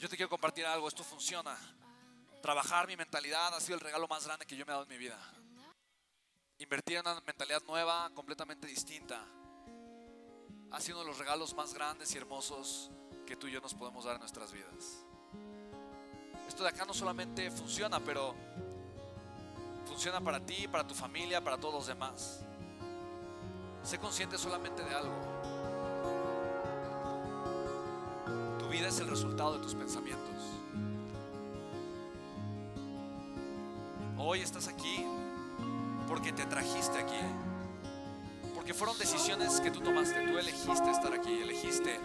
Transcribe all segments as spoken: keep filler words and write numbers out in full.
Yo te quiero compartir algo, esto funciona. Trabajar mi mentalidad ha sido el regalo más grande que yo me he dado en mi vida. Invertir en una mentalidad nueva, completamente distinta, ha sido uno de los regalos más grandes y hermosos que tú y yo nos podemos dar en nuestras vidas. Esto de acá no solamente funciona, pero funciona para ti, para tu familia, para todos los demás. Sé consciente solamente de algo. Tu vida es el resultado de tus pensamientos. Hoy estás aquí porque te trajiste aquí, porque fueron decisiones que tú tomaste. Tú elegiste estar aquí, elegiste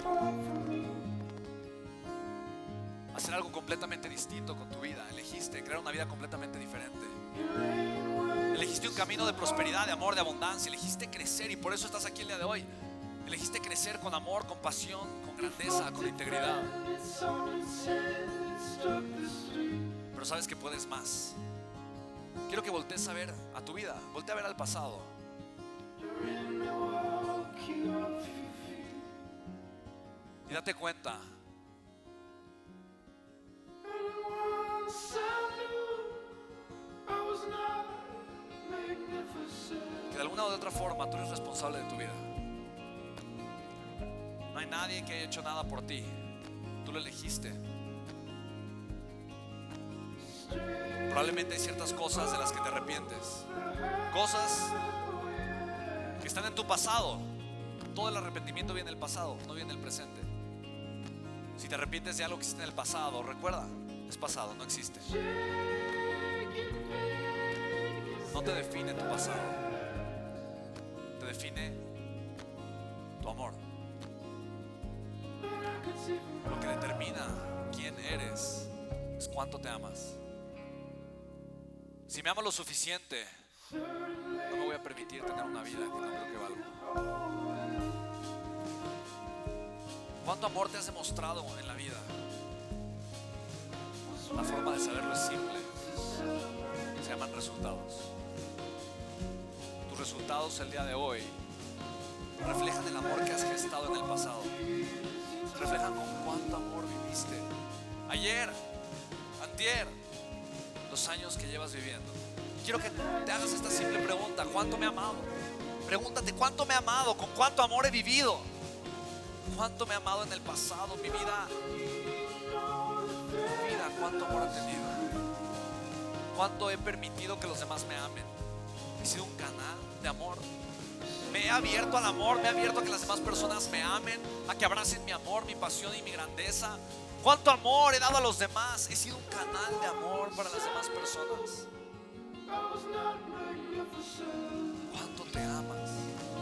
hacer algo completamente distinto con tu vida, elegiste crear una vida completamente diferente, elegiste un camino de prosperidad, de amor, de abundancia, elegiste crecer y por eso estás aquí el día de hoy. Elegiste crecer con amor, con pasión, con grandeza, con integridad. Pero sabes que puedes más. Quiero que voltees a ver a tu vida, voltea a ver al pasado. Y date cuenta que de alguna u otra forma tú eres responsable de tu vida. No hay nadie que haya hecho nada por ti. Tú lo elegiste. Probablemente hay ciertas cosas de las que te arrepientes, cosas que están en tu pasado. Todo el arrepentimiento viene del pasado, no viene del presente. Si te arrepientes de algo que existe en el pasado, recuerda, es pasado, no existe. No te define tu pasado, te define tu amor. Lo que determina quién eres es cuánto te amas. Si me amo lo suficiente, no me voy a permitir tener una vida que no creo que valga. ¿Cuánto amor te has demostrado en la vida? La forma de saberlo es simple. Se llaman resultados. Tus resultados el día de hoy reflejan el amor que has gestado en el pasado. Reflejan con cuánto amor viviste ayer, antier, los años que llevas viviendo. Quiero que te hagas esta simple pregunta: ¿cuánto me he amado? Pregúntate: ¿cuánto me he amado? ¿Con cuánto amor he vivido? ¿Cuánto me he amado en el pasado? Mi vida, mi vida, ¿cuánto amor he tenido? ¿Cuánto he permitido que los demás me amen? He sido un canal de amor. Me he abierto al amor, me he abierto a que las demás personas me amen, a que abracen mi amor, mi pasión y mi grandeza. ¿Cuánto amor he dado a los demás? He sido un canal de amor para las demás personas. ¿Cuánto te amas?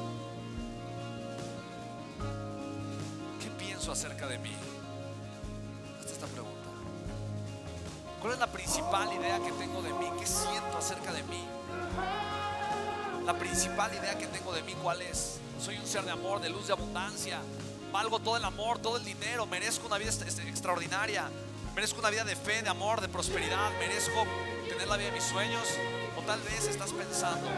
¿Qué pienso acerca de mí? Hazte esta pregunta. ¿Cuál es la principal idea que tengo de mí? ¿Qué siento acerca de mí? La principal idea que tengo de mí, ¿cuál es? Soy un ser de amor, de luz, de abundancia. Valgo todo el amor, todo el dinero. Merezco una vida extraordinaria. Merezco una vida de fe, de amor, de prosperidad. Merezco tener la vida de mis sueños. O tal vez estás pensando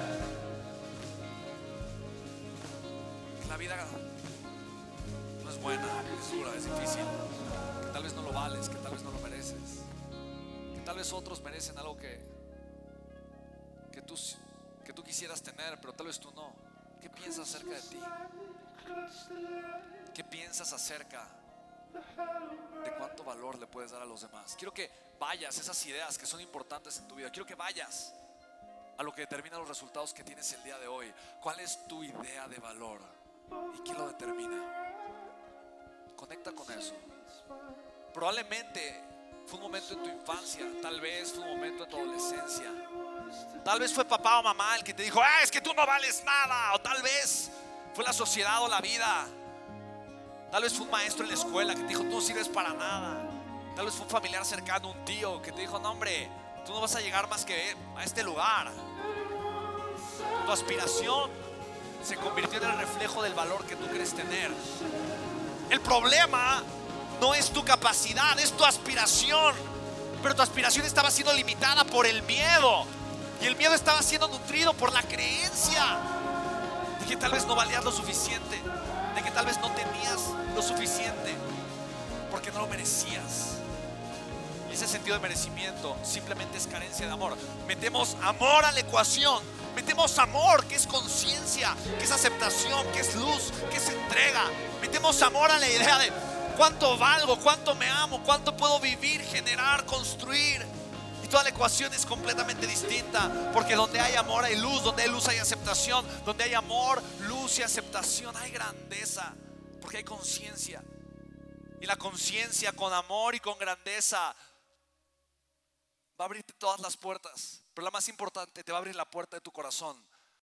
que la vida no es buena, es dura, es difícil, que tal vez no lo vales, que tal vez no lo mereces, que tal vez otros merecen algo que que tú, que tú quisieras tener, pero tal vez tú no. ¿Qué piensas acerca de ti? ¿Qué piensas acerca de cuánto valor le puedes dar a los demás? Quiero que vayas a esas ideas que son importantes en tu vida. Quiero que vayas a lo que determina los resultados que tienes el día de hoy. ¿Cuál es tu idea de valor? ¿Y qué lo determina? Conecta con eso. Probablemente fue un momento en tu infancia, tal vez fue un momento en tu adolescencia, tal vez fue papá o mamá el que te dijo: ah, es que tú no vales nada. O tal vez fue la sociedad o la vida. Tal vez fue un maestro en la escuela que te dijo: tú no sirves para nada. Tal vez fue un familiar cercano, un tío que te dijo: no, hombre, tú no vas a llegar más que a este lugar. Tu aspiración se convirtió en el reflejo del valor que tú crees tener. El problema no es tu capacidad, es tu aspiración. Pero tu aspiración estaba siendo limitada por el miedo. Y el miedo estaba siendo nutrido por la creencia de que tal vez no valías lo suficiente, de que tal vez no tenías lo suficiente. porque no lo merecías. Y ese sentido de merecimiento simplemente es carencia de amor. Metemos amor a la ecuación. Metemos amor, que es conciencia, que es aceptación, que es luz, que es entrega. Metemos amor a la idea de cuánto valgo, cuánto me amo, cuánto puedo vivir, generar, construir. Y toda la ecuación es completamente distinta, porque donde hay amor hay luz, donde hay luz hay aceptación, donde hay amor, luz y aceptación hay grandeza, porque hay conciencia. Y la conciencia con amor y con grandeza va a abrirte todas las puertas, pero la más importante, te va a abrir la puerta de tu corazón